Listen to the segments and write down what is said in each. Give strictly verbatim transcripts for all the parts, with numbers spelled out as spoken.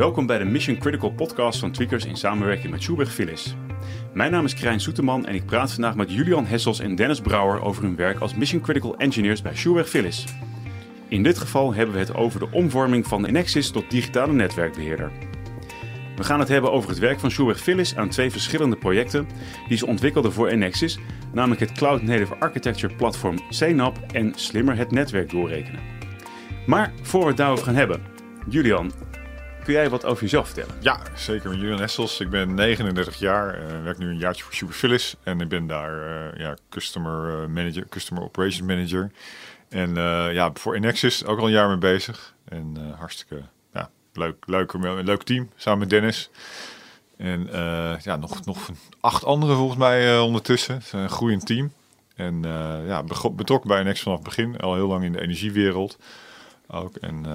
Welkom bij de Mission Critical podcast van Tweakers in samenwerking met Schubert Philips. Mijn naam is Krijn Soeterman en ik praat vandaag met Julian Hessels en Dennis Brouwer over hun werk als Mission Critical Engineers bij Schubert Philips. In dit geval hebben we het over de omvorming van Enexis tot digitale netwerkbeheerder. We gaan het hebben over het werk van Schubert Philips aan twee verschillende projecten die ze ontwikkelden voor Enexis, namelijk het Cloud Native Architecture platform C N A P en slimmer het netwerk doorrekenen. Maar voor we het daarover gaan hebben, Julian, kun jij wat over jezelf vertellen? Ja, zeker. Met Julian Hessels. Ik ben negenendertig jaar, uh, werk nu een jaartje voor Schubert Philips en ik ben daar uh, ja, customer manager, customer operations manager. En uh, ja, voor Enexis ook al een jaar mee bezig. En uh, hartstikke ja, leuk, leuk, een leuk team, samen met Dennis. En uh, ja, nog, nog acht anderen volgens mij uh, ondertussen. Het is een groeiend team. En uh, ja, betrokken bij Enexis vanaf het begin. Al heel lang in de energiewereld ook. En uh,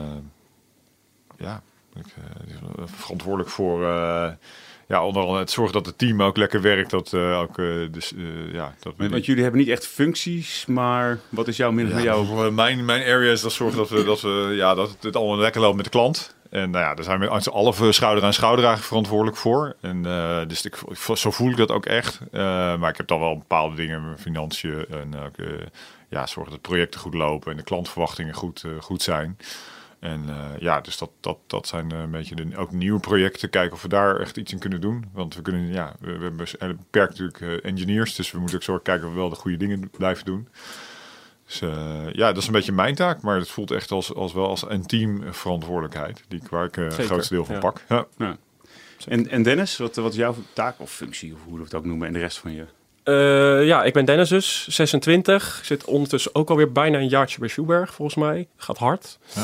ja, ik uh, verantwoordelijk voor... Uh, Ja, onder andere het zorgen dat het team ook lekker werkt. Dat, uh, ook, uh, dus, uh, ja, dat Want die... jullie hebben niet echt functies, maar wat is jouw min van ja, jou? Mijn, mijn area is dat zorgen dat, we, dat, we, ja, dat het allemaal lekker loopt met de klant. En nou ja, daar zijn we met z'n allen schouder aan schouder eigenlijk verantwoordelijk voor. En uh, dus ik, zo voel ik dat ook echt. Uh, maar ik heb dan wel bepaalde dingen, mijn financiën en uh, ja, zorgen dat projecten goed lopen en de klantverwachtingen goed, uh, goed zijn. En uh, ja, dus dat, dat, dat zijn uh, een beetje de, ook nieuwe projecten. Kijken of we daar echt iets in kunnen doen. Want we kunnen, ja, we, we hebben beperkt natuurlijk uh, engineers. Dus we moeten ook zorgen kijken of we wel de goede dingen blijven doen. Dus uh, ja, dat is een beetje mijn taak. Maar het voelt echt als, als wel als een teamverantwoordelijkheid. Die, waar ik uh, het grootste deel van ja. pak. Ja. Ja. En, en Dennis, wat, wat is jouw taak of functie? Of hoe we het ook noemen. En de rest van je... Uh, ja, ik ben Dennis dus, zesentwintig. Zit ondertussen ook alweer bijna een jaartje bij Schubert, volgens mij. Gaat hard. Ja.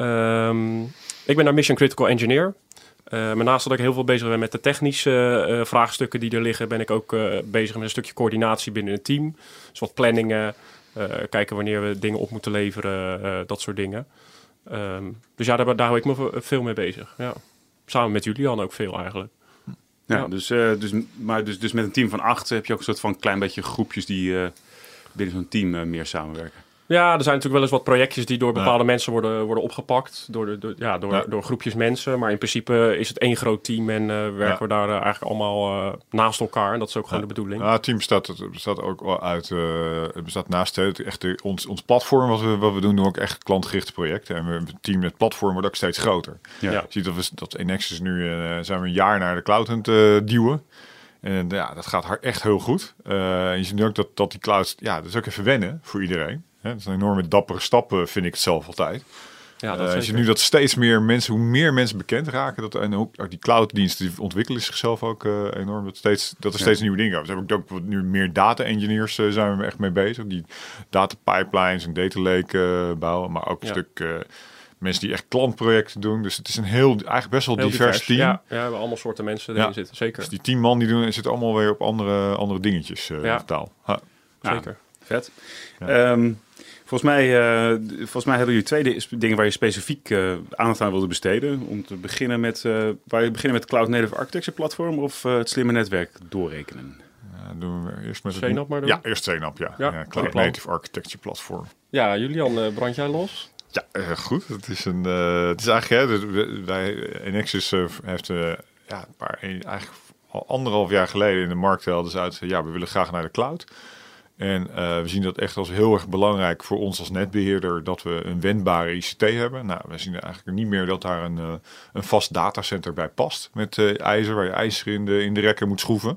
Um, ik ben daar Mission Critical Engineer. Uh, maar naast dat ik heel veel bezig ben met de technische uh, vraagstukken die er liggen, ben ik ook uh, bezig met een stukje coördinatie binnen het team. Dus wat planningen, uh, kijken wanneer we dingen op moeten leveren, uh, dat soort dingen. Um, dus ja, daar, daar hou ik me veel mee bezig. Ja. Samen met Julian ook veel eigenlijk. Ja, ja. Dus, uh, dus, maar dus, dus met een team van acht heb je ook een soort van klein beetje groepjes die uh, binnen zo'n team uh, meer samenwerken. Ja, er zijn natuurlijk wel eens wat projectjes die door bepaalde ja. mensen worden, worden opgepakt. Door, de, door, ja, door, ja. door groepjes mensen. Maar in principe is het één groot team en uh, werken ja. we daar uh, eigenlijk allemaal uh, naast elkaar. En dat is ook gewoon ja. de bedoeling. Ja, het team bestaat, het bestaat ook wel uit... Uh, het bestaat naast het, echt de, ons, ons platform wat we, wat we doen, doen we ook echt klantgerichte projecten. En we, het team, het platform wordt ook steeds groter. Ja. Ja. Je ziet dat we dat Enexis nu uh, zijn we een jaar naar de cloud aan het uh, duwen. En ja, dat gaat echt heel goed. Uh, en je ziet nu ook dat, dat die cloud... Ja, dat is ook even wennen voor iedereen. Ja, dat is een enorme dappere stap, vind ik het zelf altijd. Ja, dat uh, je ziet nu dat steeds meer mensen, hoe meer mensen bekend raken, dat, en ook, ook die clouddiensten die ontwikkelen zichzelf ook uh, enorm. Dat, steeds, dat er steeds ja. nieuwe dingen komen. Dus heb ik ook nu meer data engineers uh, zijn we echt mee bezig. Die data pipelines en data lake uh, bouwen, maar ook een ja. stuk uh, mensen die echt klantprojecten doen. Dus het is een heel, eigenlijk best wel heel divers, divers team. Ja, ja, we hebben allemaal soorten mensen erin ja. zitten, zeker. Dus die tien man die doen, zitten allemaal weer op andere, andere dingetjes uh, ja. taal. Ja. Zeker. Vet. Ja. Um, Volgens mij, uh, volgens mij hebben jullie twee dingen waar je specifiek uh, aandacht aan wilde besteden. Om te beginnen met, uh, waar je beginnen met Cloud Native Architecture platform of uh, het slimme netwerk doorrekenen? Ja, doen we eerst met C N A P maar doen. Ja, eerst C N A P, ja. ja, ja Cloud okay. Native Architecture platform. Ja, Julian, uh, brand jij los? Ja, uh, goed. Het is een, uh, het is eigenlijk, hè, de, wij Enexis uh, heeft uh, ja, een paar, eigenlijk al anderhalf jaar geleden in de markt helden ze uit. Ja, we willen graag naar de cloud. En uh, we zien dat echt als heel erg belangrijk voor ons als netbeheerder dat we een wendbare I C T hebben. Nou, we zien eigenlijk niet meer dat daar een, uh, een vast datacenter bij past met uh, ijzer, waar je ijzer in de, in de rekken moet schroeven.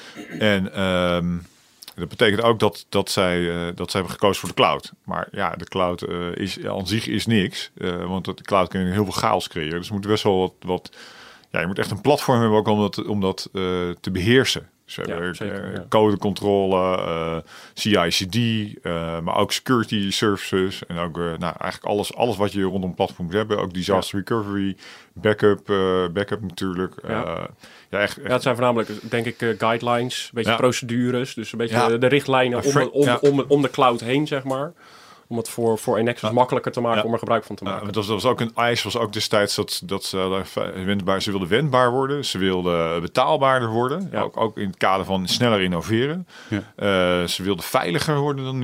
En um, dat betekent ook dat, dat, zij, uh, dat zij hebben gekozen voor de cloud. Maar ja, de cloud uh, is, aan zich is niks, uh, want de cloud kan heel veel chaos creëren. Dus we moeten best wel wat... wat ja, je moet echt een platform hebben ook om dat, om dat uh, te beheersen. Dus we ja, hebben zeker, ja. codecontrole, uh, C I C D, uh, maar ook security services. En ook uh, nou, eigenlijk alles, alles wat je rondom een platform moet hebben. Ook disaster ja. recovery, backup, uh, backup natuurlijk. Ja. Uh, ja, echt, echt. Ja, het zijn voornamelijk, denk ik, uh, guidelines, een beetje ja. procedures. Dus een beetje ja. de, de richtlijnen om, om, ja. om, om de cloud heen, zeg maar. Om het voor, voor Enexis ja. makkelijker te maken ja. om er gebruik van te maken. Ja, dat, was, dat was ook een eis, was ook destijds dat, dat ze, wendbaar, ze wilden wendbaar worden. Ze wilden betaalbaarder worden. Ja. Ook, ook in het kader van sneller innoveren. Ja. Uh, ze wilden veiliger worden dan nu.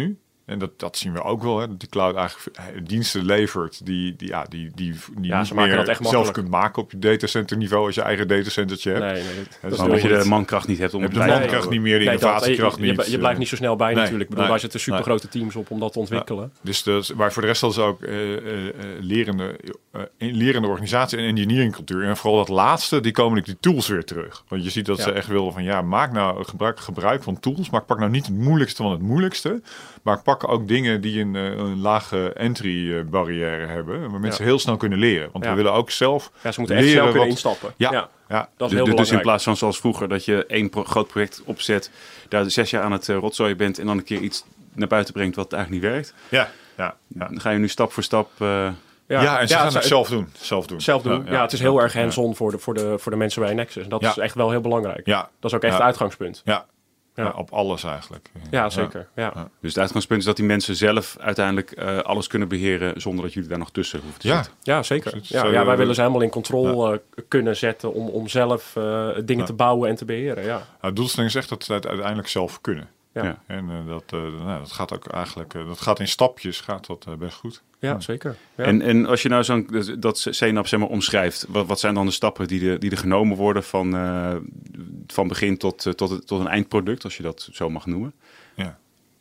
En dat, dat zien we ook wel, hè, dat die cloud eigenlijk diensten levert die, die, ja, die, die, die Ja, niet ze maken meer dat echt zelf makkelijk. kunt maken op je datacenter niveau als je eigen datacentertje hebt. Nee, nee, dat, Ja, dat dus is Maar dan omdat je wordt de het- mankracht niet hebt om heb het je de bij- mankracht niet meer, de Nee, dat- innovatiekracht je, je, niet. je blijft niet zo snel bij Nee, natuurlijk. Ik bedoel, nee, daar zitten super grote teams op om dat te ontwikkelen. Dus dat, maar voor de rest hadden ze ook uh, uh, uh, lerende, uh, lerende organisatie en engineeringcultuur. En vooral dat laatste, die komen die tools weer terug. Want je ziet dat Ja. ze echt willen van, ja, maak nou gebruik, gebruik van tools. Maar ik pak nou niet het moeilijkste van het moeilijkste. Maar ik pak ook dingen die een, uh, een lage entry barrière hebben. Waar mensen Ja. heel snel kunnen leren. Want Ja. we willen ook zelf Ja, ze moeten echt leren snel kunnen wat- instappen. Ja, Ja, ja. dat is Dus, heel dus in belangrijk. plaats van zoals vroeger, dat je één pro- groot project opzet, daar zes jaar aan het uh, rotzooien bent en dan een keer iets naar buiten brengt wat eigenlijk niet werkt. Ja, ja, ja. Dan ga je nu stap voor stap... uh, Ja, en ze ja, gaan het het- zelf doen. Zelf doen. Zelf doen. Ja, het is heel ja, erg hands-on voor, de, voor, de, voor de mensen bij Nexus. En dat Ja. is echt wel heel belangrijk. Ja, Dat is ook echt Ja. het uitgangspunt. ja. Ja. Ja, op alles eigenlijk. Ja, zeker. Ja. Ja. Dus het uitgangspunt is dat die mensen zelf uiteindelijk uh, alles kunnen beheren zonder dat jullie daar nog tussen hoeven te Ja, zitten. Ja, zeker. Dus het- Ja, zo- ja, wij willen ze helemaal in controle uh, kunnen zetten om, om zelf uh, dingen Ja. te bouwen en te beheren. Ja. Nou, de doelstelling is echt dat ze het uiteindelijk zelf kunnen. Ja. Ja. Ja. En uh, dat, uh, nou, dat gaat ook eigenlijk, uh, dat gaat in stapjes, gaat dat uh, best goed. zeker. Ja. En, en als je nou zo'n dat C N A P zeg maar omschrijft, wat, wat zijn dan de stappen die, de, die er genomen worden van, uh, van begin tot, uh, tot, tot een eindproduct, als je dat zo mag noemen? Ja.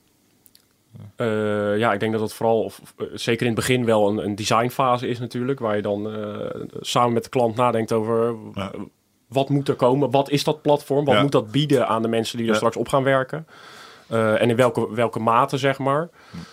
Uh, ja, ik denk dat het vooral, of, uh, zeker in het begin, wel een, een designfase is natuurlijk. Waar je dan uh, samen met de klant nadenkt over Ja. uh, wat moet er komen. Wat is dat platform? Wat Ja. moet dat bieden aan de mensen die er Ja. straks op gaan werken? Uh, en in welke, welke mate, zeg maar.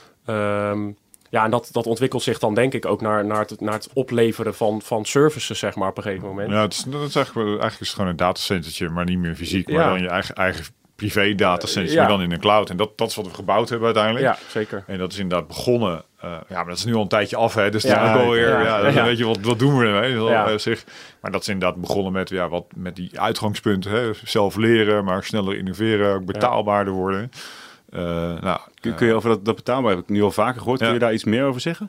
Um, ja, en dat, dat ontwikkelt zich dan denk ik ook naar, naar, het, naar het opleveren van, van services, zeg maar, op een gegeven moment. Ja, het is, dat is eigenlijk, eigenlijk is het gewoon een datacentertje, maar niet meer fysiek. Maar Ja. dan je eigen, eigen privé datacentertje, Uh, ja. maar dan in een cloud. En dat, dat is wat we gebouwd hebben uiteindelijk. Ja, zeker. En dat is inderdaad begonnen. Uh, ja, maar dat is nu al een tijdje af, hè. Dus Ja, ja, ook alweer, ja, ja, ja. dan Ja. weet je, wat, wat doen we ermee? Dat is Ja. al, uh, zich. Maar dat is inderdaad begonnen met, ja, wat, met die uitgangspunten. Hè. Zelf leren, maar sneller innoveren, ook betaalbaarder worden. Uh, nou, Kun, kun je over dat, dat betaalbaar, heb ik nu al vaker gehoord, Ja. kun je daar iets meer over zeggen?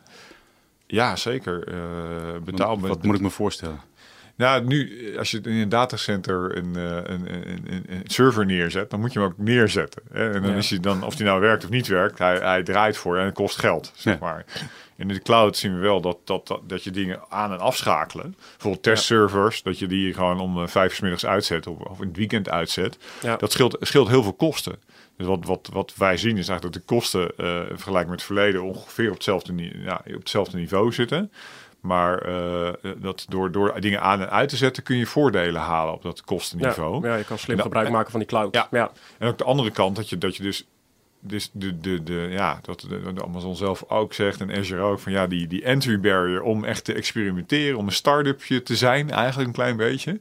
ja, zeker. Uh, betaalbaar. Wat moet ik me voorstellen? Nou, nu, als je in een datacenter een, uh, een, een, een, een server neerzet, dan moet je hem ook neerzetten. Hè? En dan Ja. is hij dan, of die nou werkt of niet werkt, hij, hij draait voor en het kost geld, zeg Ja. maar. In de cloud zien we wel dat, dat, dat, dat je dingen aan- en afschakelen. Bijvoorbeeld testservers, dat je die gewoon om uh, vijf 's middags uitzet of, of in het weekend uitzet. Ja. Dat scheelt, scheelt heel veel kosten. Dus wat, wat, wat wij zien is eigenlijk dat de kosten uh, in vergelijking met het verleden ongeveer op hetzelfde, ni- ja, op hetzelfde niveau zitten. Maar uh, dat door, door dingen aan en uit te zetten kun je voordelen halen op dat kostenniveau. Ja, ja, je kan slim En- gebruik maken van die cloud. Ja. Ja. En ook de andere kant, dat je, dat je dus, dus de, de, de, ja, dat de, de Amazon zelf ook zegt en Azure ook, van ja, die, die entry barrier om echt te experimenteren, om een start-upje te zijn, eigenlijk een klein beetje.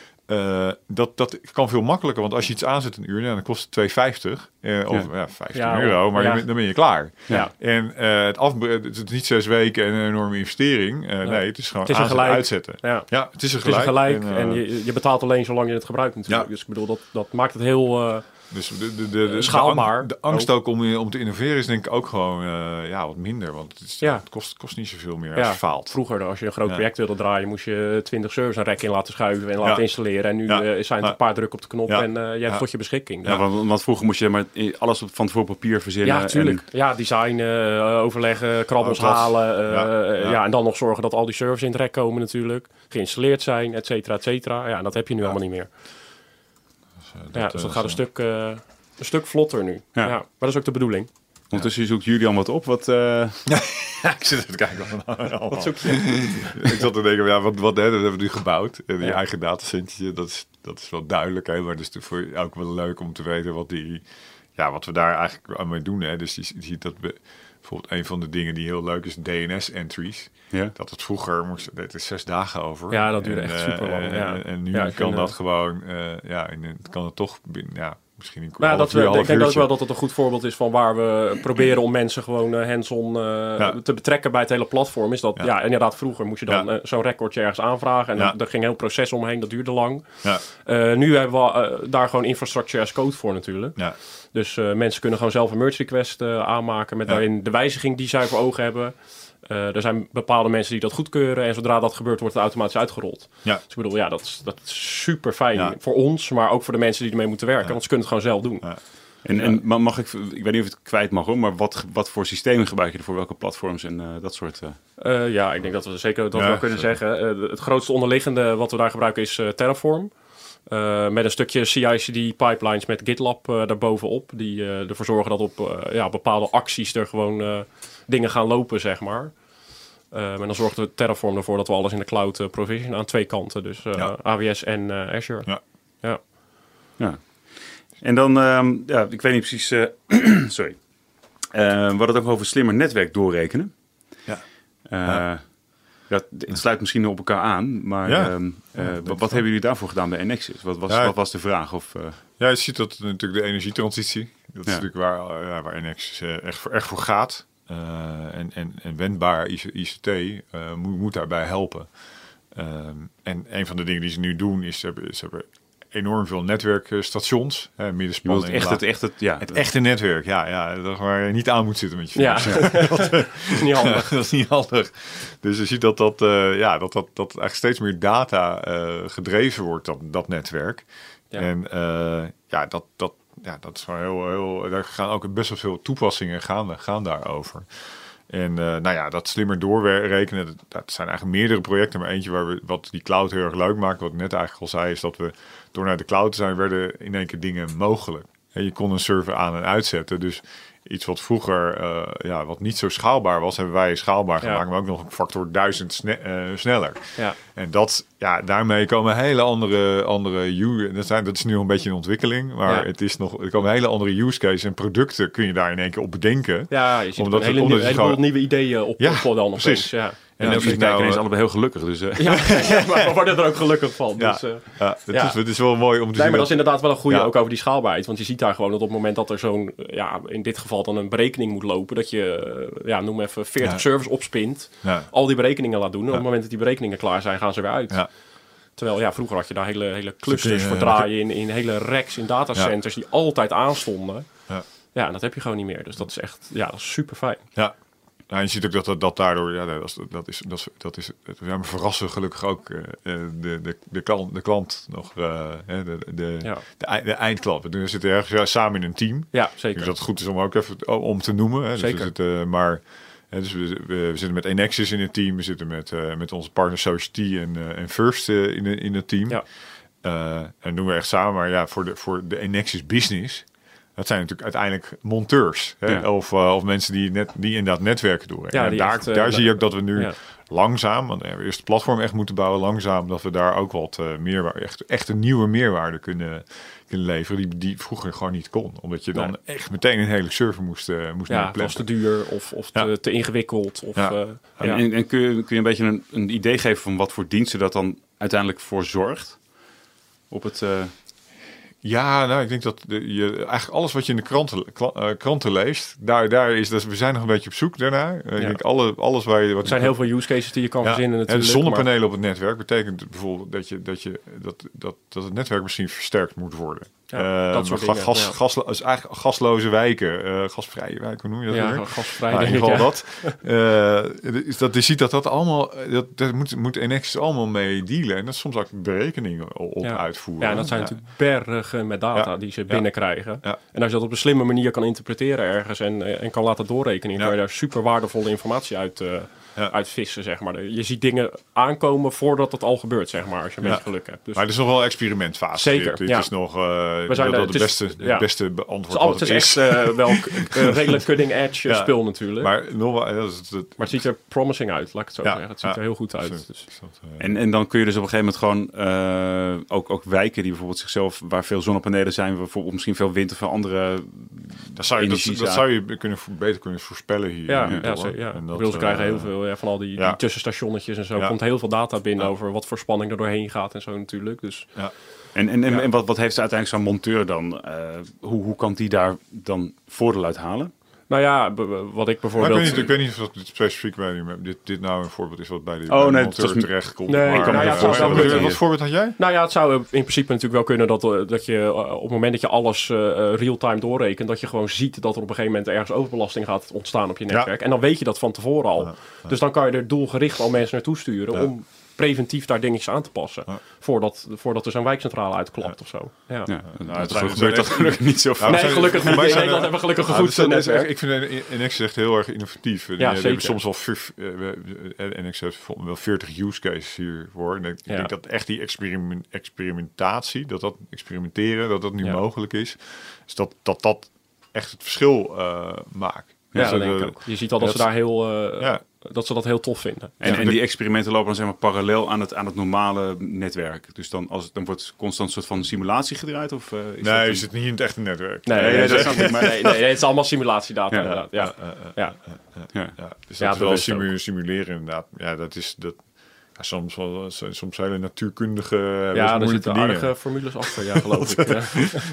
Uh, dat, dat kan veel makkelijker, want als je iets aanzet een uur, nou, dan kost het twee vijftig uh, of ja. Ja, vijftien Ja, euro, maar ja. je, dan ben je klaar. Ja. En uh, het, afbre- het is niet zes weken en een enorme investering. Uh, Nee. nee, het is gewoon Het is een aanzetten, gelijk. uitzetten. Ja. Ja, het is een Het is gelijk. een gelijk En, en, uh, je, je betaalt alleen zolang je het gebruikt natuurlijk. Ja. Dus ik bedoel, dat, dat maakt het heel... Uh, Dus de, de, de, de, schaalbaar De, ang- de angst ook om, om te innoveren is denk ik ook gewoon uh, ja, wat minder. Want het, is, Ja. het kost, kost niet zoveel meer ja, als je faalt. Vroeger, als je een groot Ja. project wilde draaien, moest je twintig servers een rek in laten schuiven en laten Ja. installeren. En nu Ja. uh, zijn het Ja. een paar druk op de knop Ja. en uh, je hebt Ja. het tot je beschikking. Ja, want, want vroeger moest je maar alles op, van tevoren papier verzinnen. Ja, tuurlijk. En, Ja, designen, uh, overleggen, krabbels Oh, dat- halen. Uh, ja, ja. ja. en dan nog zorgen dat al die servers in het rek komen natuurlijk. Geïnstalleerd zijn, et cetera, et cetera. Ja, en dat heb je nu Ja. allemaal niet meer. Dus, uh, Ja, dus dat uh, gaat een zo. stuk, uh, een stuk vlotter nu. Ja. Ja. Maar dat is ook de bedoeling. Ondertussen zoekt Julian wat op. Wat, uh, Ik zit even te kijken. Wat, Wat zoek je? ik zat te denken, ja, wat, wat hè, dat hebben we nu gebouwd. En die Ja. eigen datacentje, dat is, dat is wel duidelijk. Hè, maar het is natuurlijk voor ook wel leuk om te weten wat, die, ja, wat we daar eigenlijk aan mee doen. Hè. Dus je, je ziet dat we, bijvoorbeeld een van de dingen die heel leuk is, D N S-entries. ja. Dat het vroeger moest, het is zes dagen over. Ja, dat duurde En, echt eh, super lang. En, Ja. en nu Ja, ik kan vind, dat uh, gewoon, uh, ja, en het kan het toch binnen, ja, misschien een Maar ja, half dat, uur, we, half ik denk ook uurtje. wel dat het een goed voorbeeld is van waar we proberen om mensen gewoon uh, hands-on uh, Ja. te betrekken bij het hele platform. Is dat, Ja. ja, inderdaad, vroeger moest je dan Ja. uh, zo'n recordje ergens aanvragen. En Ja. dan, daar ging een heel proces omheen, dat duurde lang. Ja, Uh, nu hebben we uh, daar gewoon infrastructure as code voor natuurlijk. ja, Dus uh, mensen kunnen gewoon zelf een merge request uh, aanmaken met Ja. daarin de wijziging die zij voor ogen hebben. Uh, er zijn bepaalde mensen die dat goedkeuren en zodra dat gebeurt wordt het automatisch uitgerold. ja. Dus ik bedoel, ja, dat is, dat is super fijn Ja. voor ons, maar ook voor de mensen die ermee moeten werken. Ja. Want ze kunnen het gewoon zelf doen. Ja. En, en mag ik, ik weet niet of het kwijt mag hoor, maar wat, wat voor systemen gebruik je er voor welke platforms en uh, dat soort... Uh... Uh, ja, ik denk dat we zeker dat ja, wel kunnen zeggen. Uh, het grootste onderliggende wat we daar gebruiken is uh, Terraform. Uh, met een stukje C I C D pipelines met GitLab uh, daarbovenop. Die uh, ervoor zorgen dat op uh, ja, bepaalde acties er gewoon uh, dingen gaan lopen, zeg maar. Uh, en dan zorgt de Terraform ervoor dat we alles in de cloud uh, provision aan twee kanten. Dus uh, ja. A W S en uh, Azure. Ja. Ja. ja. En dan, um, ja, ik weet niet precies... Uh, sorry. Uh, we hadden het ook over slimmer netwerk doorrekenen. Ja. Uh, ja. Ja, het sluit misschien op elkaar aan, maar ja. um, uh, ja, wat, wat hebben jullie daarvoor gedaan bij Enexis? Wat was, ja, wat was de vraag? Of, uh... Ja, je ziet dat natuurlijk de energietransitie. Dat is ja. natuurlijk waar, uh, waar Enexis uh, echt, voor, echt voor gaat. Uh, en, en, en wendbaar I C T uh, moet, moet daarbij helpen. Uh, en een van de dingen die ze nu doen is, ze hebben, ze hebben enorm veel netwerkstations, hè, middenspannen. Echt het, echt het, ja. het echte netwerk, ja, ja, dat waar je niet aan moet zitten met je ja. ja. dat is niet handig. dat is niet handig. Dus je ziet dat dat, uh, ja, dat, dat, dat eigenlijk steeds meer data uh, gedreven wordt, dat, dat netwerk. Ja. En uh, ja, dat, dat, ja, dat is wel heel, heel. Daar gaan ook best wel veel toepassingen gaan, gaan daarover. En uh, nou ja, dat slimmer doorrekenen, dat, dat zijn eigenlijk meerdere projecten. Maar eentje waar we, wat die cloud heel erg leuk maakt, wat ik net eigenlijk al zei, is dat we door naar de cloud te zijn, werden in één keer dingen mogelijk. En je kon een server aan en uitzetten. Dus iets wat vroeger uh, ja, wat niet zo schaalbaar was, hebben wij schaalbaar gemaakt, ja. maar ook nog een factor duizend sne- uh, sneller. Ja. En dat, ja, daarmee komen hele andere, andere use, dat, zijn, dat is nu nog een beetje in ontwikkeling, maar ja. het is nog, er komen hele andere use cases en producten kun je daar in één keer op bedenken. Ja, je ziet omdat een hele, het, omdat nieuw, gewoon... nieuwe ideeën op ja, op dan precies. Ja. En ja, dan nou, ineens allebei heel gelukkig. Dus, uh. ja, ja, maar we worden er ook gelukkig van. Ja, dus, uh, ja, het, ja. Is, het is wel mooi om te nee, zien. Maar dat dat is inderdaad wel een goede ja. ook over die schaalbaarheid. Want je ziet daar gewoon dat op het moment dat er zo'n, ja, in dit geval dan een berekening moet lopen, dat je, ja, noem even veertig ja. servers opspint, ja. al die berekeningen laat doen. En ja. op het moment dat die berekeningen klaar zijn, gaan ze weer uit. Ja. Terwijl, ja, vroeger had je daar hele, hele clusters je, voor draaien in, in hele racks in datacenters ja. die altijd aanstonden. Ja. ja, en dat heb je gewoon niet meer. Dus dat is echt, ja, dat is super fijn. Ja. Nou, je ziet ook dat dat, dat daardoor, ja, dat is, dat is, dat is, dat is ja, maar verrassen gelukkig ook uh, de, de, de, klant, de klant nog, uh, de, de, ja. de, de eindklant. We zitten ergens ja, samen in een team. Ja, zeker. Dus dat het goed is om ook even om te noemen. Hè. Zeker. Dus we zitten, maar, hè, dus we, we, we zitten met Enexis in het team, we zitten met, uh, met onze partner Society en, uh, en First uh, in, in het team. Ja. Uh, en doen we echt samen, maar ja, voor de, voor de Enexis business. Dat zijn natuurlijk uiteindelijk monteurs. Hè? Ja. Of, uh, of mensen die, net, die inderdaad netwerken doen. Ja, en daar echt, uh, daar zie je ook dat we nu ja. langzaam, want we hebben eerst het platform echt moeten bouwen, langzaam dat we daar ook wat uh, meerwaarde, echt, echt een nieuwe meerwaarde kunnen, kunnen leveren, die, die vroeger gewoon niet kon. Omdat je dan ja. echt meteen een hele server moest, uh, moest ja, het was te duur of, of te, ja. te ingewikkeld. Of, ja. Uh, en, ja. en, en kun, je, kun je een beetje een, een idee geven van wat voor diensten dat dan uiteindelijk voor zorgt? Op het... Uh... Ja, nou, ik denk dat de, je, eigenlijk alles wat je in de kranten, kla, uh, kranten leest, daar, daar is dat we zijn nog een beetje op zoek daarnaar. Uh, ja. Ik denk alle, alles waar je. Wat er zijn heel veel use cases die je kan ja, verzinnen. Natuurlijk. En zonnepanelen maar... op het netwerk betekent bijvoorbeeld dat je dat je dat dat dat het netwerk misschien versterkt moet worden. Ja, uh, dat soort gas, dingen, gas, ja. gas, dus eigenlijk gasloze wijken, uh, gasvrije wijken, hoe noem je dat? Ja, weer? gasvrij. Nou, in ieder geval ja. dat. Uh, is dat je ziet dat dat allemaal, dat, dat moet, moet Enexis allemaal mee dealen. En dat is soms ook berekeningen op ja. uitvoeren. Ja, en dat zijn ja. natuurlijk bergen met data ja. die ze binnenkrijgen. Ja. Ja. En als je dat op een slimme manier kan interpreteren ergens en, en kan laten doorrekenen, ja. kan je daar super waardevolle informatie uit, uh, ja. uit vissen, zeg maar. Je ziet dingen aankomen voordat het al gebeurt, zeg maar, als je een ja. beetje geluk hebt. Dus... Maar het is nog wel een experimentfase. Zeker, Het ja. is nog uh, we zijn dat de, het beste, het, is, ja. het beste beantwoord het is, al, het is. Het is echt uh, wel uh, redelijk cutting edge ja. spul natuurlijk. Maar, nog wel, dat is het, maar het ziet er promising uit, laat ik het zo ja. zeggen. Het ziet ja. er heel goed uit. Dus. Dus. En, en dan kun je dus op een gegeven moment gewoon uh, ook, ook wijken die bijvoorbeeld zichzelf, waar veel zonnepanelen zijn, bijvoorbeeld misschien veel wind of veel andere dat zou je, dat, dat zou je kunnen, beter kunnen voorspellen hier. Ja, ja, ja, ja. En dat, ze krijgen heel veel ja, van al die, ja. die tussenstationnetjes en zo. Ja. Komt heel veel data binnen ja. over wat voor spanning er doorheen gaat en zo natuurlijk. Dus. Ja. En, en, en, ja. en wat, wat heeft uiteindelijk zo'n monteur dan? Uh, hoe, hoe kan die daar dan voordeel uit halen? Nou ja, b- wat ik bijvoorbeeld... Nou, ik, weet niet, ik weet niet of dat dit specifiek bij nu, dit, dit nou een voorbeeld is wat bij de, oh, bij de nee, monteur is... terecht komt. Nee, maar, nou ja, uh, zou, zou, zou, wat voorbeeld had jij? Nou ja, het zou in principe natuurlijk wel kunnen dat, dat je uh, op het moment dat je alles uh, real-time doorrekent, dat je gewoon ziet dat er op een gegeven moment ergens overbelasting gaat ontstaan op je netwerk. Ja. En dan weet je dat van tevoren al. Ja, ja. Dus dan kan je er doelgericht al mensen naartoe sturen ja. om preventief daar dingetjes aan te passen. Ja. Voordat, voordat er zo'n wijkcentrale uitklapt Ja. of zo. Ja. Ja, nou, het zijn- gebeurt dat zijn- gelukkig niet zo vaak. Nou, Nee, zijn- gelukkig voor niet. mij In zijn Nederland er- hebben we gelukkig een Ja, goed dus dat is netwerk. echt- ik vind N X is echt heel erg innovatief. En die, die zeker. hebben soms wel vijf- eh, we- eh, N X heeft volgens mij wel veertig use cases hiervoor. En ik Ja. denk dat echt die experiment, experimentatie, dat dat experimenteren, dat dat nu Ja. mogelijk is. Dus dat dat, dat echt het verschil uh, maakt. Ja, Dus, dat uh, denk ik ook. Je ziet al dat dat ze daar heel, uh, ja. dat ze dat heel tof vinden. En, Ja, en die experimenten lopen dan zeg maar parallel aan het, aan het normale netwerk. Dus dan, als het, dan wordt constant een soort van simulatie gedraaid? Of, uh, is Nee, dat je een... zit niet in het echte netwerk. Nee, Nee, nee, nee, dat dat snap ik, maar- nee, nee, nee, het is allemaal simulatiedata Ja. inderdaad. Ja. Uh, uh, uh, Ja. Ja. Ja, dus Ja, dat is wel bewust simu- ook. simuleren inderdaad. Ja, dat is dat. Ja, soms wel, soms hele natuurkundige. Ja, best er moeilijke zitten dingen. aardige formules achter, ja, geloof ik. Ja.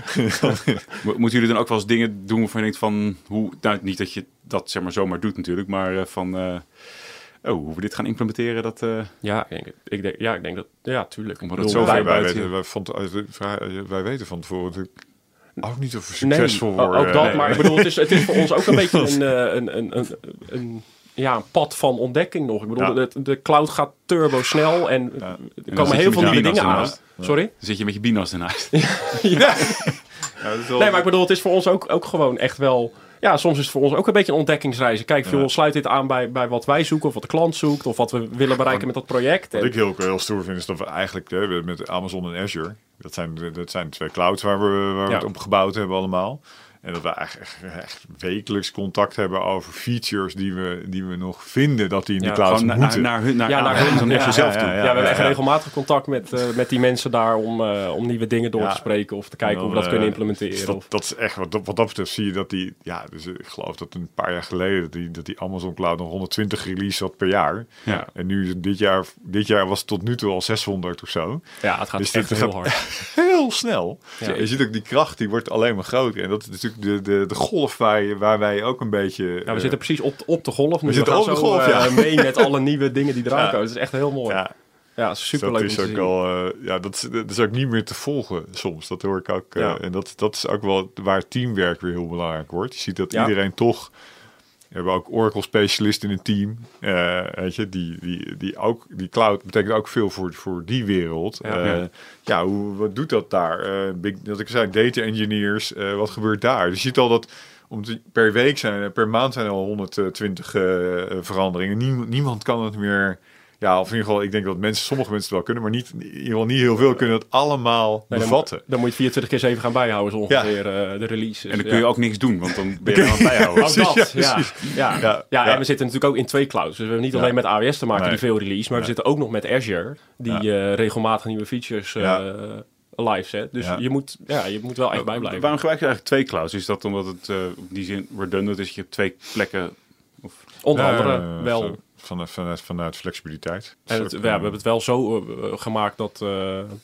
Mo- Moeten jullie dan ook wel eens dingen doen waarvan je denkt van... Hoe, nou, niet dat je dat zeg maar zomaar doet natuurlijk, maar uh, van... Uh, oh, hoe we dit gaan implementeren, dat... Uh, Ja, ik denk, ik denk, ja, ik denk dat... Ja, tuurlijk. Omdat Ik het bedoel, zo wij, ver wij, buiten- weten, wij, van, te- wij weten van tevoren natuurlijk ook niet of we Nee, succesvol o- worden. ook dat, Nee. maar ik bedoel, het is, het is voor ons ook een beetje een, uh, een, een, een, een, ja, een pad van ontdekking nog. Ik bedoel, Ja. de, de cloud gaat turbo snel en Ja. er dan komen zit je heel met veel je nieuwe binas dingen aan. ernaast. Sorry? dan zit je met je binas ernaast. Ja, dat is wel- Nee, maar ik bedoel, het is voor ons ook, ook gewoon echt wel... Ja, soms is het voor ons ook een beetje een ontdekkingsreis. Kijk, veel Ja. sluit dit aan bij, bij wat wij zoeken, of wat de klant zoekt, of wat we willen bereiken met dat project. Wat En- ik heel, heel stoer vind is dat we eigenlijk hè, met Amazon en Azure, dat zijn, de- dat zijn de twee clouds waar we, waar we Ja. het op gebouwd hebben allemaal. En dat we eigenlijk echt, echt wekelijks contact hebben over features die we, die we nog vinden dat die in Ja, de cloud Gewoon naar, moeten. naar, naar hun, naar, Ja, naar naar hun. hun, Ja, naar jezelf ja, toe. Ja, ja, we hebben echt ja. regelmatig contact met, uh, met die mensen daar om, uh, om nieuwe dingen door Ja. te spreken of te kijken En hoe we dan, dat kunnen eh, implementeren. Dus dat, of, dat is echt, wat, dat- wat dat betreft zie je dat die, ja, dus ik geloof dat een paar jaar geleden, dat die, dat die Amazon Cloud nog honderdtwintig releases had per jaar. Ja. En nu, dit jaar, dit jaar was het tot nu toe al zeshonderd of zo. ja, het gaat Dus echt dit heel gaat hard. Heel snel. Ja. Je ziet ook die kracht, die wordt alleen maar groter. En dat is natuurlijk de, de, de golf waar, je- waar wij ook een beetje... Ja, we eh, zitten precies op, op de golf nu. We, zitten gaan op de zo, golf, eh, ja. mee met alle nieuwe dingen die eraan Ja. komen. Het is echt heel mooi. Ja, ja, super dat leuk om is te ook zien. al, eh, ja, dat, is- dat is ook niet meer te volgen soms. Dat hoor ik ook. eh, Ja. En dat, dat is ook wel waar teamwerk weer heel belangrijk wordt. Je ziet dat Ja. iedereen toch... We hebben ook Oracle-specialisten in het team. eh, weet je, die, die, die ook... Die cloud betekent ook veel voor, voor die wereld. Ja. Ja, Ja. ja hoe, wat doet dat daar? Eh big, dat ik zei, data engineers. eh, wat gebeurt daar? Dus je ziet al dat... Om te- per week zijn, per maand zijn er al honderdtwintig uh, veranderingen. Niemand, niemand kan het meer... Ja, of in ieder geval, ik denk dat mensen, sommige mensen het wel kunnen, maar niet, in ieder geval niet heel veel kunnen het allemaal Nee, dan, bevatten. dan moet je vierentwintig keer zeven gaan bijhouden, zo ongeveer, eh, de releases. En dan kun je ja. ook niks doen, want dan ben je aan het bijhouden. Ook dat, Precies, ja. ja, Ja, ja. Ja, Ja, ja. en we zitten natuurlijk ook in twee clouds. Dus we hebben niet Ja. alleen met A W S te maken Nee. die veel release, maar we Nee. zitten ook nog met Azure, die eh, regelmatig nieuwe features eh, Ja. live zet. Dus Ja. je, moet, ja, je moet wel echt bijblijven. Waarom gebruik je eigenlijk twee clouds? Is dat omdat het uh, op die zin redundant is? Je hebt twee plekken... Of... Onder Ja, andere eh, wel... zo, Vanuit, vanuit, vanuit flexibiliteit. En het, Dus ja, ook, we eh, hebben het wel zo uh, gemaakt dat... Uh, uh,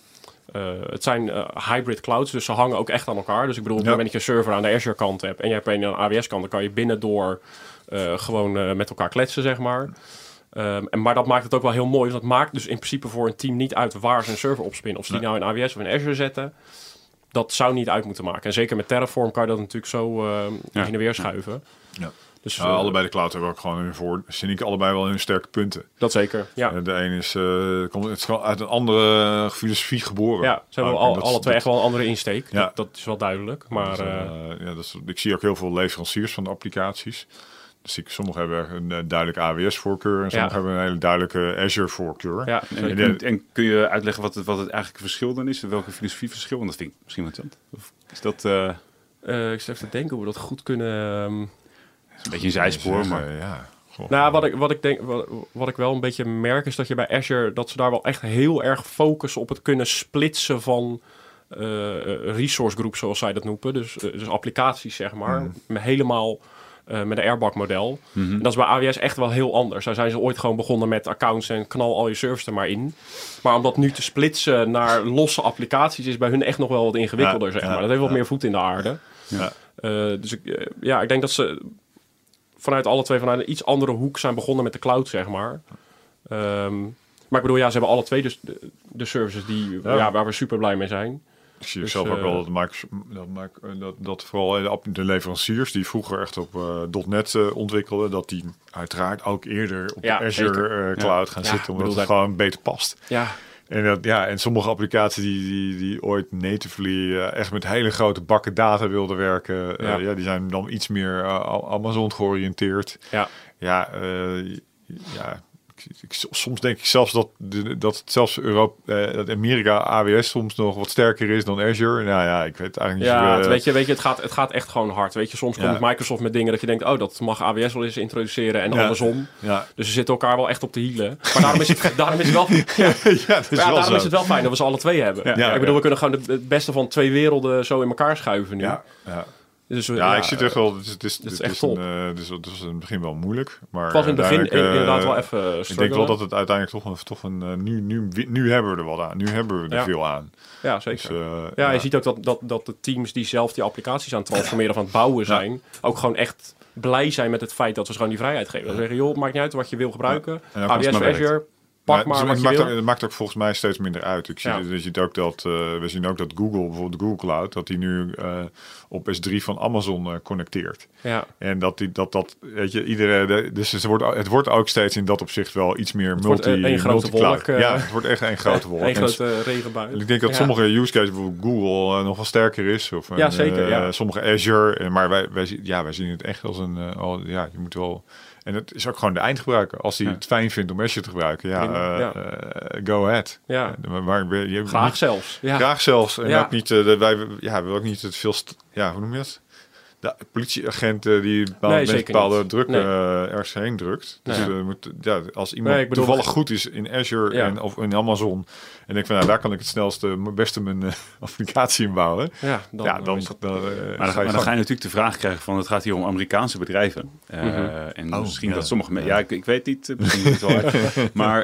het zijn uh, hybrid clouds, dus ze hangen ook echt aan elkaar. Dus ik bedoel, op het Ja. moment dat je een server aan de Azure kant hebt... en je hebt een aan de A W S kant, dan kan je binnendoor uh, gewoon uh, met elkaar kletsen, zeg maar. Um, en, maar dat maakt het ook wel heel mooi. Want dat maakt dus in principe voor een team niet uit waar ze een server opspinnen. Of ze die Nee. nou in A W S of in Azure zetten. Dat zou niet uit moeten maken. En zeker met Terraform kan je dat natuurlijk zo uh, Ja. heen en weer schuiven. Ja. Dus, Nou, uh, allebei de cloud hebben ook gewoon hun voor, zie ik allebei wel hun sterke punten. Dat zeker, ja. Uh, de een is, uh, komt, het is gewoon uit een andere filosofie geboren. Ja, ze hebben Ook, al, en dat is- alle twee echt wel een andere insteek. Ja. Dat, dat is wel duidelijk. Maar Dus, uh, uh, ja, dat is, ik zie ook heel veel leveranciers van de applicaties. Dus ik, sommigen hebben een uh, duidelijke A W S-voorkeur en sommigen Ja. hebben een hele duidelijke Azure-voorkeur. ja, En, zeker. en, en kun je uitleggen wat het, wat het eigenlijk verschil dan is? Welke filosofieverschil? Want dat vind ik misschien wel interessant. Of is dat uh, Uh, ik zit even te denken hoe we dat goed kunnen... Um... een beetje een zijspoor? Maar... Uh, ja. Goh. Nou, wat ik, wat, ik denk, wat, wat ik wel een beetje merk is dat je bij Azure... dat ze daar wel echt heel erg focussen op het kunnen splitsen van... Uh, resource groups, zoals zij dat noemen. Dus, uh, dus applicaties, zeg maar. Mm. Met helemaal uh, met een Airbag-model. Mm-hmm. En dat is bij A W S echt wel heel anders. Daar zijn ze ooit gewoon begonnen met accounts en knal al je servers er maar in. Maar om dat nu te splitsen naar losse applicaties... is bij hun echt nog wel wat ingewikkelder, Ja, zeg ja, maar. Dat heeft wat ja. meer voet in de aarde. Ja. Uh, dus ik, uh, ja, ik denk dat ze vanuit alle twee vanuit een iets andere hoek zijn begonnen met de cloud, zeg maar. Um, maar ik bedoel, ja, ze hebben alle twee dus de, de services die, Ja. ja, waar we super blij mee zijn. Ik zie Dus, zelf ook uh, wel dat, Microsoft, dat, dat, dat vooral de leveranciers die vroeger echt op uh, .NET uh, ontwikkelden, dat die uiteraard ook eerder op ja, de Azure uh, Cloud ja. gaan ja, zitten, omdat bedoel, het daar... gewoon beter past. Ja. En, dat, ja, en sommige applicaties die, die, die ooit natively uh, echt met hele grote bakken data wilden werken, uh, ja. Ja, die zijn dan iets meer uh, Amazon georiënteerd. Ja, ja, uh, ja. Ik, soms denk ik zelfs dat, dat het zelfs Europa, uh, dat Amerika A W S soms nog wat sterker is dan Azure. Nou ja, ik weet eigenlijk ja, niet. Ja, uh, weet je, weet je, het gaat, het gaat echt gewoon hard. Weet je, soms ja. komt Microsoft met dingen dat je denkt, oh, dat mag A W S wel eens introduceren en ja. andersom. Ja. Dus ze zitten elkaar wel echt op de hielen. Maar daarom is het, daarom is het wel, ja, ja, dat is ja, wel daarom zo. is het wel fijn dat we ze alle twee hebben. Ja. Ja, ik bedoel, ja. we kunnen gewoon de, het beste van twee werelden zo in elkaar schuiven nu. Ja, ja. Dus, ja, ja, ik zie het echt wel. Het is, het is, het is het echt is top. een, uh, het, is, het was in het begin wel moeilijk, maar het was in het begin uh, inderdaad wel even struggelen. Ik denk wel dat het uiteindelijk toch een, toch een uh, nu, nu, nu hebben we er wat aan. Nu hebben we er ja. veel aan. Ja, zeker. Dus, uh, ja, ja, je ziet ook dat, dat, dat de teams die zelf die applicaties aan het transformeren of aan het bouwen zijn, ja. ook gewoon echt blij zijn met het feit dat ze gewoon die vrijheid geven. Dat ze zeggen, joh, het maakt niet uit wat je wil gebruiken. Ja. A W S of Azure, pak maar, maar wat het, je maakt wil. ook, het maakt ook volgens mij steeds minder uit. Ik zie, ja. je ziet ook dat, uh, we zien ook dat Google, bijvoorbeeld de Google Cloud, dat die nu uh, op S drie van Amazon uh, connecteert. Ja. En dat die, dat, dat, weet je, iedere, de, dus het wordt, het wordt ook steeds in dat opzicht wel iets meer het multi, wordt een grote wolk. Uh, ja, het wordt echt een grote wolk. Een grote regenbui. Ik denk dat ja. sommige use cases, bijvoorbeeld Google, uh, nog wel sterker is. Of ja, een, zeker. Uh, ja. Sommige Azure. Maar wij, wij, ja, wij zien het echt als een, uh, al, ja, je moet wel. En het is ook gewoon de eindgebruiker. Als hij ja. het fijn vindt om Azure te gebruiken, ja, uh, ja. Uh, go ahead. Ja. Uh, maar, je, graag niet, zelfs. Ja. Graag zelfs. En ja. ook niet, uh, wij ja, we willen ook niet het veel, st- ja, hoe noem je dat? De politieagenten die bepaalde, nee, met bepaalde druk nee. uh, ergens heen drukt. Dus nee. uh, moet, ja, als iemand nee, bedoel, toevallig goed is in Azure ja. en, of in Amazon en denk van nou, daar kan ik het snelste, beste mijn uh, applicatie in bouwen. Ja, dan, ja, dan, dan, dan, uh, maar, dan, ga je, maar dan ga je natuurlijk de vraag krijgen van het gaat hier om Amerikaanse bedrijven. Uh, mm-hmm. En oh, misschien ja. dat sommige mensen, ja, ik, ik weet niet, misschien niet wel uit, maar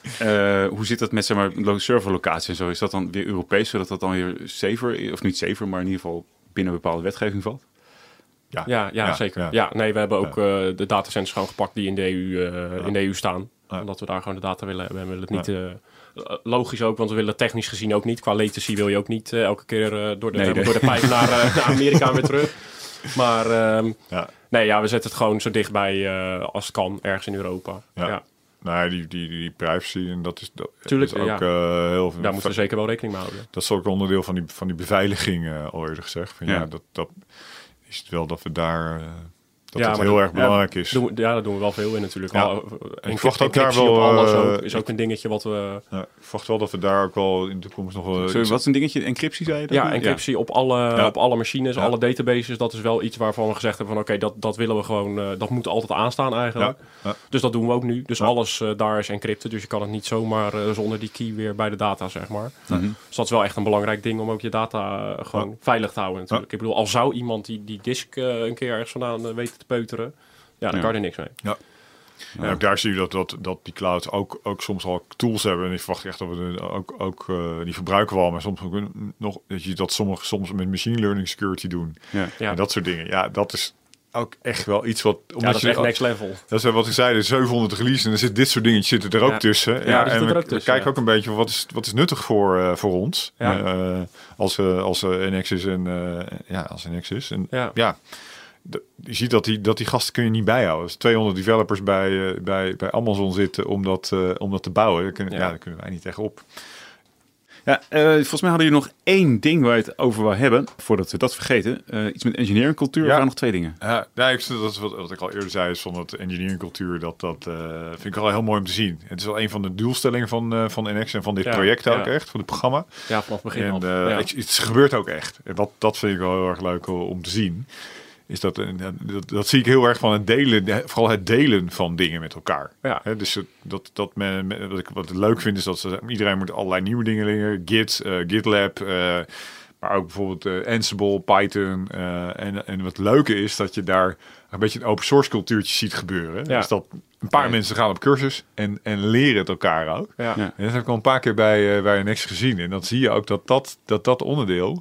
uh, hoe zit dat met zeg maar serverlocatie en zo? Is dat dan weer Europees, zodat dat dan weer safer, of niet safer, maar in ieder geval binnen een bepaalde wetgeving valt? Ja, ja, ja, ja zeker. Ja. ja, nee, we hebben ook ja. uh, de datacenters gewoon gepakt die in de E U, uh, ja. in de E U staan. Ja. Omdat we daar gewoon de data willen hebben. En we willen het niet... Uh, logisch ook, want we willen technisch gezien ook niet. Qua latency wil je ook niet uh, elke keer uh, door, de, nee, nee. door de pijp naar, uh, naar Amerika weer terug. Maar um, ja. nee, ja, we zetten het gewoon zo dichtbij uh, als het kan, ergens in Europa. Ja. ja. Nou, die, die, die privacy en dat is, dat Tuurlijk, is ook ja. uh, heel veel. Daar moeten we zeker wel rekening mee houden. Dat is ook onderdeel van die, van die beveiliging, uh, al eerder gezegd. Van, ja. ja, dat, dat is het wel dat we daar... Uh, dat ja, het heel dat, erg belangrijk ja, is. Doen we, ja, daar doen we wel veel in natuurlijk. Ja. Al, en ik verwacht ook daar wel... Op alles uh, ook, is ook een dingetje wat we... Ja, ik verwacht wel dat we daar ook wel in de toekomst nog wel... Sorry, wat is een dingetje? Encryptie zei je dat? Ja, encryptie ja. op alle, ja. op alle machines, ja. alle databases. Dat is wel iets waarvan we gezegd hebben van oké, okay, dat, dat willen we gewoon... Uh, dat moet altijd aanstaan eigenlijk. Ja. Ja. Dus dat doen we ook nu. Dus ja. alles uh, daar is encrypted. Dus je kan het niet zomaar uh, zonder die key weer bij de data, zeg maar. Mm-hmm. Dus dat is wel echt een belangrijk ding om ook je data uh, gewoon ja. veilig te houden natuurlijk. Ja. Ik bedoel, al zou iemand die, die disk uh, een keer ergens vandaan uh, weten te peuteren... Ja, daar ja. kan je er niks mee. Ja. En ook daar zie je dat, dat, dat die clouds ook, ook soms al tools hebben. En ik verwacht echt dat we ook, ook uh, die verbruiken we al. Maar soms ook nog, dat je dat sommige soms met machine learning security doen. Ja. Ja. En dat soort dingen. Ja, dat is ook echt wel iets wat... Ja, dat is echt next level. Dat is wat ik zei, de zevenhonderd release. En er zit dit soort dingetjes zitten er ook ja. tussen. Ja, ja, en we, er ook we tussen, kijken ja. ook een beetje wat is, wat is nuttig voor, uh, voor ons. Ja. Uh, als uh, als uh, Nexus en... Uh, ja, als Nexus. En ja... ja je ziet dat die, dat die gasten kun je niet bijhouden. Als tweehonderd developers bij, uh, bij, bij Amazon zitten om dat, uh, om dat te bouwen, dan kunnen, ja. Ja, daar kunnen wij niet tegenop. Ja, uh, volgens mij hadden jullie nog één ding waar je het over wil hebben, voordat we dat vergeten. Uh, iets met engineering cultuur, ja. Of waren nog twee dingen? Ja, ja ik, dat is wat, wat ik al eerder zei, is van het engineering cultuur, dat, dat uh, vind ik wel heel mooi om te zien. Het is wel een van de doelstellingen van, uh, van N X en van dit ja, project ook ja. echt, van het programma. Ja, vanaf het begin en, al. Uh, ja. het, het gebeurt ook echt. En dat, dat vind ik wel heel erg leuk om te zien. Is dat, dat, dat zie ik heel erg van het delen, vooral het delen van dingen met elkaar. Ja. He, dus dat, dat men, wat ik wat ik leuk vind is dat ze, iedereen moet allerlei nieuwe dingen leren. Git, uh, GitLab, uh, maar ook bijvoorbeeld uh, Ansible, Python. Uh, en, en wat leuke is dat je daar een beetje een open source cultuurtje ziet gebeuren. Ja. Dus dat een paar ja. mensen gaan op cursus en, en leren het elkaar ook. Ja. Ja. En dat heb ik al een paar keer bij, uh, bij N X gezien. En dan zie je ook dat dat, dat, dat onderdeel...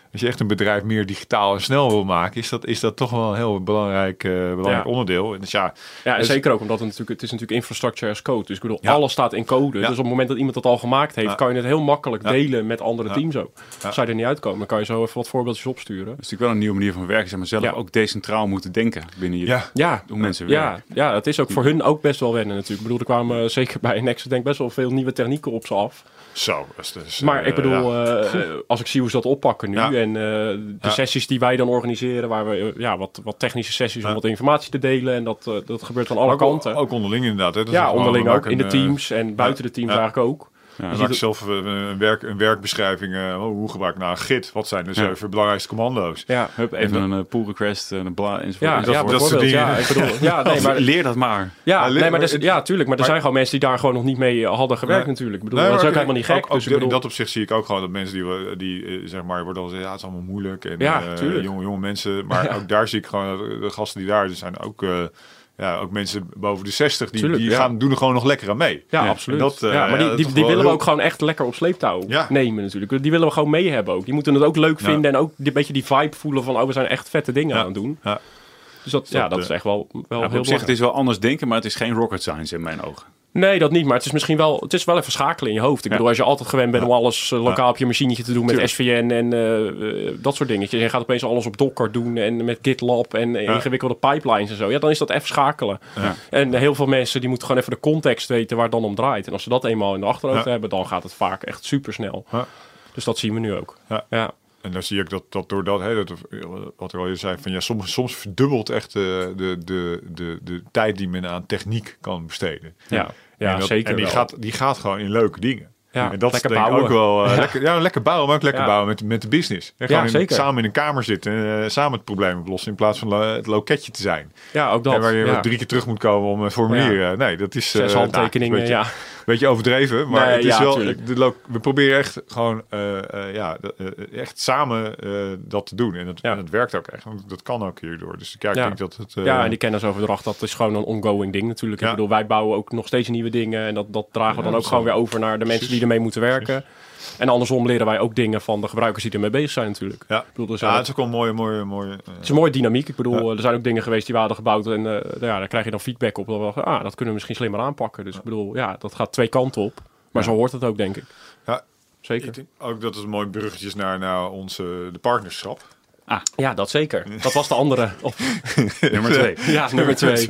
als je echt een bedrijf meer digitaal en snel wil maken, is dat, is dat toch wel een heel belangrijk, uh, belangrijk ja. onderdeel. En dus ja, ja, en dus, zeker ook omdat het natuurlijk, het is natuurlijk infrastructure as code. Dus ik bedoel, ja. alles staat in code. Ja. Dus op het moment dat iemand dat al gemaakt heeft, Ja. kan je het heel makkelijk Ja. delen met andere Ja. teams ook. Ja. Zou je er niet uitkomen, dan kan je zo even wat voorbeeldjes opsturen. Dat is natuurlijk wel een nieuwe manier van werken, zeg maar zelf Ja. ook decentraal moeten denken binnen je, ja. Ja, hoe mensen ja, werken. ja, het is ook voor hun ook best wel wennen natuurlijk. Ik bedoel, er kwamen uh, zeker bij Nexus denk ik best wel veel nieuwe technieken op ze af. Zo. Dus, dus, Maar ik bedoel, ja. uh, als ik zie hoe ze dat oppakken nu Ja. en uh, de Ja. sessies die wij dan organiseren, waar we uh, ja, wat, wat technische sessies Ja. om wat informatie te delen en dat, uh, dat gebeurt van alle ook, kanten. Ook onderling inderdaad. Hè. Dat is ja, gewoon, onderling we ook maken in de een, teams en buiten de teams ja. eigenlijk ook. Ja, We Je maken ziet zelf een, een, werk, een werkbeschrijving. Uh, hoe gebruik ik nou een git? Wat zijn de Ja. zeven belangrijkste commando's? Ja, Hup, even een uh, pull request, een bla enzovoort. ja, enzovoort. ja, dat soort bijvoorbeeld. dingen. Ja, ik bedoel, ja, nee, maar, Leer dat maar. ja, Maar leer- nee, maar dus, maar- ja, tuurlijk. Maar er maar- zijn gewoon mensen die daar gewoon nog niet mee hadden gewerkt Nee. natuurlijk. Ik bedoel, Nee, dat is maar ook helemaal niet gek. Ook, ook dus ik de- in bedoel, dat opzicht zie ik ook gewoon dat mensen die, we- die uh, zeg maar, worden al gezegd, ja, het is allemaal moeilijk. En Ja, uh, tuurlijk. jonge, jonge mensen. Maar Ja. ook daar zie ik gewoon, dat de gasten die daar er zijn, ook, uh, ja, ook mensen boven de zestig, die, Tuurlijk, die ja. gaan, doen er gewoon nog lekker aan mee. ja, Ja, absoluut. en dat, uh, ja, maar ja, die, dat die, is die wel willen we heel- ook gewoon echt lekker op sleeptouw Ja. nemen natuurlijk. Die willen we gewoon mee hebben ook. Die moeten het ook leuk Ja. vinden en ook een beetje die vibe voelen van, oh, we zijn echt vette dingen Ja. aan het doen. Ja. Dus dat, Dus ja, dat, dat uh, is echt wel, wel Ja, heel op zich, het belangrijk. is wel anders denken, maar het is geen rocket science in mijn ogen. Nee, dat niet. Maar het is misschien wel, het is wel even schakelen in je hoofd. Ik Ja. bedoel, als je altijd gewend bent Ja. om alles uh, lokaal op je machinetje te doen met Tuurlijk. S V N en uh, uh, dat soort dingetjes. En je gaat opeens alles op Docker doen en met GitLab en uh, Ja. ingewikkelde pipelines en zo. Ja, dan is dat even schakelen. Ja. En heel veel mensen die moeten gewoon even de context weten waar het dan om draait. En als ze dat eenmaal in de achterhoofd Ja. hebben, dan gaat het vaak echt super snel. Ja. Dus dat zien we nu ook. Ja. Ja. En dan zie ik dat, dat door dat, hè, dat, wat er al je zei, van ja, soms, soms verdubbelt echt de, de, de, de, de tijd die men aan techniek kan besteden. Ja. Ja, en dat, zeker En die wel. gaat, die gaat gewoon in leuke dingen. Ja, en dat lekker is denk ik bouwen. ook wel uh, Ja. lekker, ja, lekker bouwen, maar ook lekker Ja. bouwen met, met de business. En gewoon in- zeker. samen in een kamer zitten, uh, samen het probleem oplossen in plaats van lo- het loketje te zijn. Ja, ook dat. En waar je ja. drie keer terug moet komen om een formulier. Nee, dat is Zes uh, handtekeningen, nou, een beetje, ja. beetje overdreven, maar Nee, het is ja, wel. tuurlijk. De lo- we proberen echt gewoon, uh, uh, ja, uh, echt samen uh, dat te doen en dat, Ja. en dat werkt ook echt. Want dat kan ook hierdoor. Dus ja, ik Ja. denk dat het. Uh, Ja, en die kennisoverdracht, dat is gewoon een ongoing ding natuurlijk. Ja. Ik bedoel, wij bouwen ook nog steeds nieuwe dingen. En dat, dat dragen we Ja, dan dat ook gewoon is weer over naar de mensen precies. die ermee moeten werken. En andersom leren wij ook dingen van de gebruikers die ermee bezig zijn natuurlijk. Ja, Ik bedoel, er ja, zijn het is ook wel een mooie, mooie, mooie. Uh, het is een mooie dynamiek. Ik bedoel, Ja. er zijn ook dingen geweest die we hadden gebouwd. En uh, ja, daar krijg je dan feedback op. Dat we, ah, dat kunnen we misschien slimmer aanpakken. Dus ik bedoel, ja, dat gaat twee kanten op. Maar Ja. zo hoort het ook, denk ik. Ja. Zeker. ik denk ook dat het een mooi bruggetje is naar, naar onze de partnerschap. Ja, dat zeker. Dat was de andere. Op, Nummer twee. ja, nummer twee.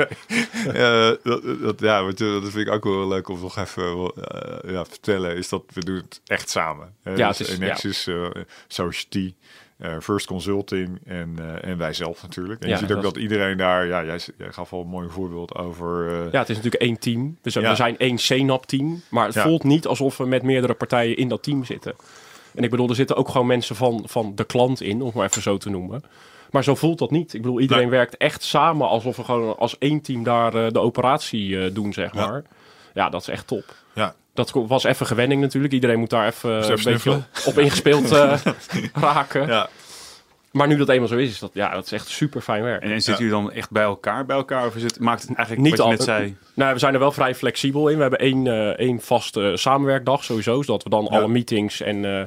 Uh, dat, dat, ja, wat, dat vind ik ook wel leuk om nog even uh, ja, vertellen. Is dat we doen het echt samen. Uh, Ja, dus het is- Nexus, uh, Society, uh, First Consulting en, uh, en wij zelf natuurlijk. En Ja, je ziet ook dat dat iedereen daar... Ja, jij, jij gaf al een mooi voorbeeld over... Uh, Ja, het is natuurlijk één team. Dus Ja. we zijn één C N A P-team. Maar het Ja. voelt niet alsof we met meerdere partijen in dat team zitten. En ik bedoel, er zitten ook gewoon mensen van, van de klant in, om het maar even zo te noemen. Maar zo voelt dat niet. Ik bedoel, iedereen Nee. werkt echt samen alsof we gewoon als één team daar uh, de operatie uh, doen, zeg Ja. maar. Ja, dat is echt top. ja, Dat was even gewenning natuurlijk. Iedereen moet daar even, uh, even een beetje snuffelen. op ingespeeld uh, raken. ja. Maar nu dat eenmaal zo is, is dat, ja, dat is echt super fijn werk. En, en zitten jullie dan echt bij elkaar bij elkaar? Of is het, maakt het eigenlijk Niet wat je al- net zei? Nou, we zijn er wel vrij flexibel in. We hebben één, uh, één vaste samenwerkdag sowieso, zodat we dan Ja. alle meetings en uh, uh,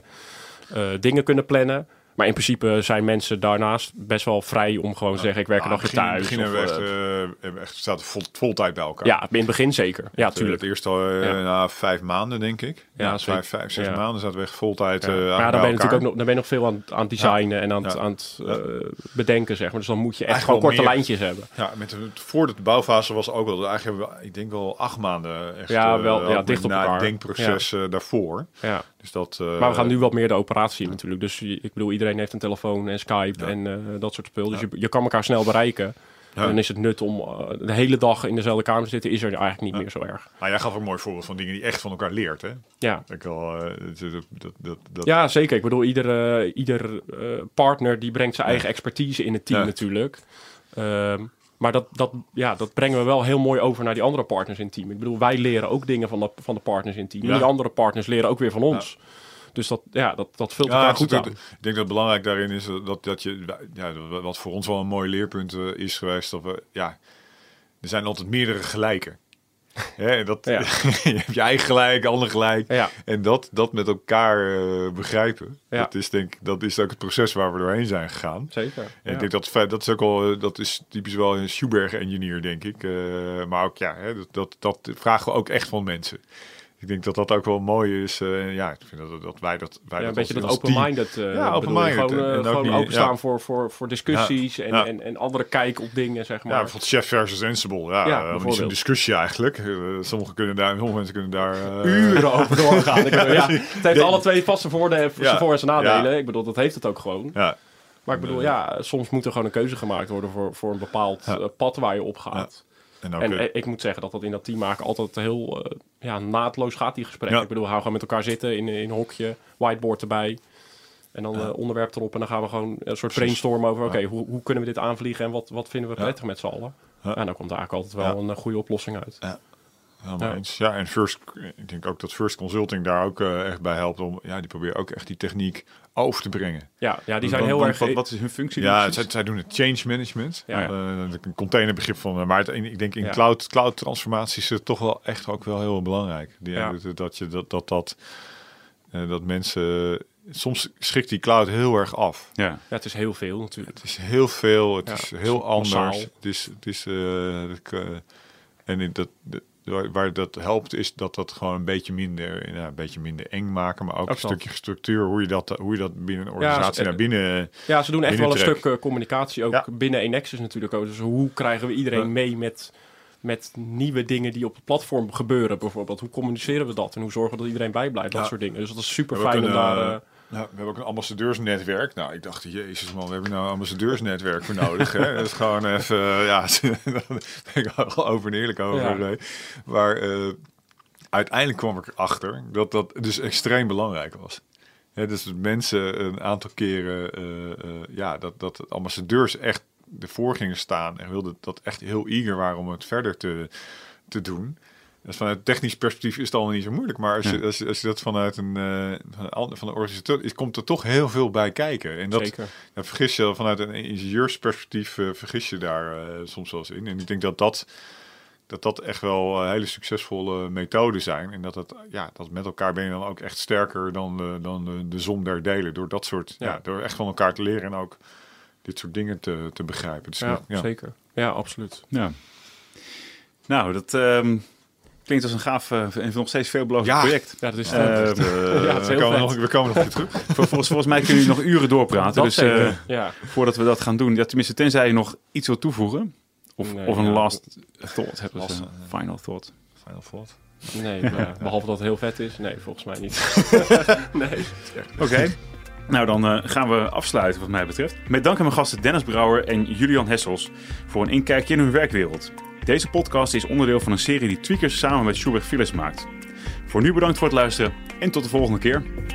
dingen kunnen plannen. Maar in principe zijn mensen daarnaast best wel vrij om gewoon te zeggen, ik werk een Nou, dagje begin- thuis. begin of, hebben we echt, uh, uh, hebben echt staat vol, vol tijd bij elkaar. ja, in het begin zeker. Ja, Het, uh, tuurlijk. Het eerste al uh, Ja. na vijf maanden, denk ik. Ja, Ja, zeker. vijf, vijf, zes Ja. maanden zaten we echt vol tijd Ja. uh, Maar ja, bij dan ben je elkaar. natuurlijk ook nog, dan ben je nog veel aan, aan het designen en aan, het- Ja. aan het uh, bedenken, zeg maar. Dus dan moet je echt Eigenlijk gewoon wel korte meer. lijntjes hebben. Ja, met de, voordat de bouwfase was ook wel. Eigenlijk hebben we, ik denk wel acht maanden echt. Ja, uh, wel, ja, ook dicht met op na elkaar. het denkproces uh, daarvoor. Ja. Dus dat. Uh, Maar we gaan nu wat meer de operatie in natuurlijk. Dus je- ik bedoel, iedereen heeft een telefoon en Skype Ja. en uh, dat soort spul. Dus Ja. je, je kan elkaar snel bereiken. Ja. En dan is het nut om uh, de hele dag in dezelfde kamer te zitten, is er eigenlijk niet Ja. meer zo erg. Maar jij gaf ook een mooi voorbeeld van dingen die echt van elkaar leert, hè? Ja, Ik wel, uh, dat, dat, dat, dat, ja zeker. Ik bedoel, ieder, uh, ieder uh, partner die brengt zijn Ja. eigen expertise in het team Ja. natuurlijk. Um, maar dat, dat, ja, dat brengen we wel heel mooi over naar die andere partners in het team. Ik bedoel, wij leren ook dingen van de, van de partners in het team. Ja. En die andere partners leren ook weer van ons. Dus dat, ja, dat, dat vult elkaar Ja, goed goed, aan. ik denk dat het belangrijk daarin is dat, dat je, ja, wat voor ons wel een mooi leerpunt uh, is geweest, dat we, ja, er zijn altijd meerdere gelijken. Hè, dat, Ja. je hebt je eigen gelijk, ander gelijk. Ja. En dat, dat met elkaar uh, begrijpen. Ja. Dat is denk dat is ook het proces waar we doorheen zijn gegaan. Zeker. En Ja. ik denk dat dat is ook al dat is typisch wel een Schubert-engineer, denk ik. Uh, maar ook ja, hè, dat, dat, dat vragen we ook echt van mensen. Ik denk dat dat ook wel mooi is. Uh, ja, ik vind dat, dat wij dat wij ja, dat een beetje als, dat als open-minded. Uh, ja, open-minded. Gewoon, uh, en, en gewoon niet, openstaan ja. voor, voor, voor discussies ja. En, Ja. en, en andere kijk op dingen, zeg maar. Ja, bijvoorbeeld Chef versus Ansible. Ja, Ja, uh, niet zo'n discussie eigenlijk. Uh, sommigen kunnen daar, sommige mensen kunnen daar uh, uren over doorgaan. Ik bedoel, ja, het heeft alle twee vaste voordelen, Ja. zijn voor- en zijn nadelen. Ja. Ik bedoel, dat heeft het ook gewoon. Ja. Maar ik bedoel, ja, soms moet er gewoon een keuze gemaakt worden voor, voor een bepaald Ja. uh, pad waar je op gaat. Ja. En, ook, En uh, eh, ik moet zeggen dat dat in dat team maken altijd heel uh, ja, naadloos gaat, die gesprekken. Ja. Ik bedoel, we gaan gewoon met elkaar zitten in, in een hokje, whiteboard erbij. En dan Ja. uh, onderwerp erop en dan gaan we gewoon een soort Precies. brainstormen over, oké, Ja. hoe, hoe kunnen we dit aanvliegen en wat, wat vinden we prettig Ja. met z'n allen. Ja. En dan komt daar eigenlijk altijd wel Ja. een uh, goede oplossing uit. Helemaal Ja. eens. Ja, en First, ik denk ook dat First Consulting daar ook uh, echt bij helpt om, ja, die proberen ook echt die techniek over te brengen. Ja, ja die zijn Want- heel want erg... Wat, wat is hun functie? Ja, dan zij, zij doen het change management. Ja. Uh, een containerbegrip van, uh, maar het, ik denk in Ja. cloud, cloud transformatie is het toch wel echt ook wel heel belangrijk. Die, Ja. dat, dat je dat dat dat, uh, dat mensen soms schrikt die cloud heel erg af. Ja. Ja, het is heel veel natuurlijk. Het is heel veel, het Ja, is het heel is anders. massaal. Het is, het is, uh, ik, uh, en in dat, de, waar, waar dat helpt is dat dat gewoon een beetje minder, ja, een beetje minder eng maken, maar ook, Ook een dat. stukje structuur, hoe je dat, hoe je dat binnen een organisatie Ja, naar binnen. Ja, ze doen echt wel een binnentrek. stuk uh, communicatie, ook Ja. binnen Enexis natuurlijk ook. Dus hoe krijgen we iedereen Ja. mee met, met nieuwe dingen die op het platform gebeuren bijvoorbeeld? Hoe communiceren we dat en hoe zorgen we dat iedereen bijblijft? Dat Ja. soort dingen. Dus dat is super We hebben fijn om ook een, daar... uh, uh, Nou, we hebben ook een ambassadeursnetwerk. Nou, ik dacht, jezus man, we hebben nou een ambassadeursnetwerk voor nodig. Hè? Dat is gewoon even, uh, ja, daar ben ik al over en eerlijk over. Ja. Uh, maar uh, uiteindelijk kwam ik erachter dat dat dus extreem belangrijk was. Ja, dus dat mensen een aantal keren, uh, uh, ja, dat, dat ambassadeurs echt ervoor gingen staan en wilden dat echt heel eager waren om het verder te, te doen. Dus vanuit technisch perspectief is het allemaal niet zo moeilijk. Maar als je, Ja. als je, als je dat vanuit een, uh, van een, van een organisator is, komt er toch heel veel bij kijken. En dat, Zeker. dat vergis je vanuit een ingenieursperspectief, uh, vergis je daar uh, soms wel eens in. En ik denk dat dat, dat, dat echt wel uh, hele succesvolle methoden zijn. En dat het, ja, dat met elkaar ben je dan ook echt sterker dan de, dan de, de som der delen. Door dat soort, ja. Ja. door echt van elkaar te leren en ook dit soort dingen te, te begrijpen. Dus, Ja, ja. zeker. Ja, absoluut. Ja. Nou, dat um, klinkt als een gaaf uh, en nog steeds veelbelovend Ja. project. Ja, dat is... Uh, Uh, Uh, Ja, het is we, heel komen vet. nog, we komen nog weer terug. volgens, volgens mij kunnen jullie nog uren doorpraten. dat dus zeker. uh, ja. voordat we dat gaan doen, ja, tenminste tenzij je nog iets wil toevoegen. Of, Nee, of een ja. last thought hebben Last, ze. uh, Final thought. Final thought. Nee, maar behalve dat het heel vet is. Nee, volgens mij niet. nee. Oké. Okay. Nou, dan uh, gaan we afsluiten wat mij betreft. Met dank aan mijn gasten Dennis Brouwer en Julian Hessels voor een inkijkje in hun werkwereld. Deze podcast is onderdeel van een serie die Tweakers samen met Schubert Philips maakt. Voor nu bedankt voor het luisteren en tot de volgende keer.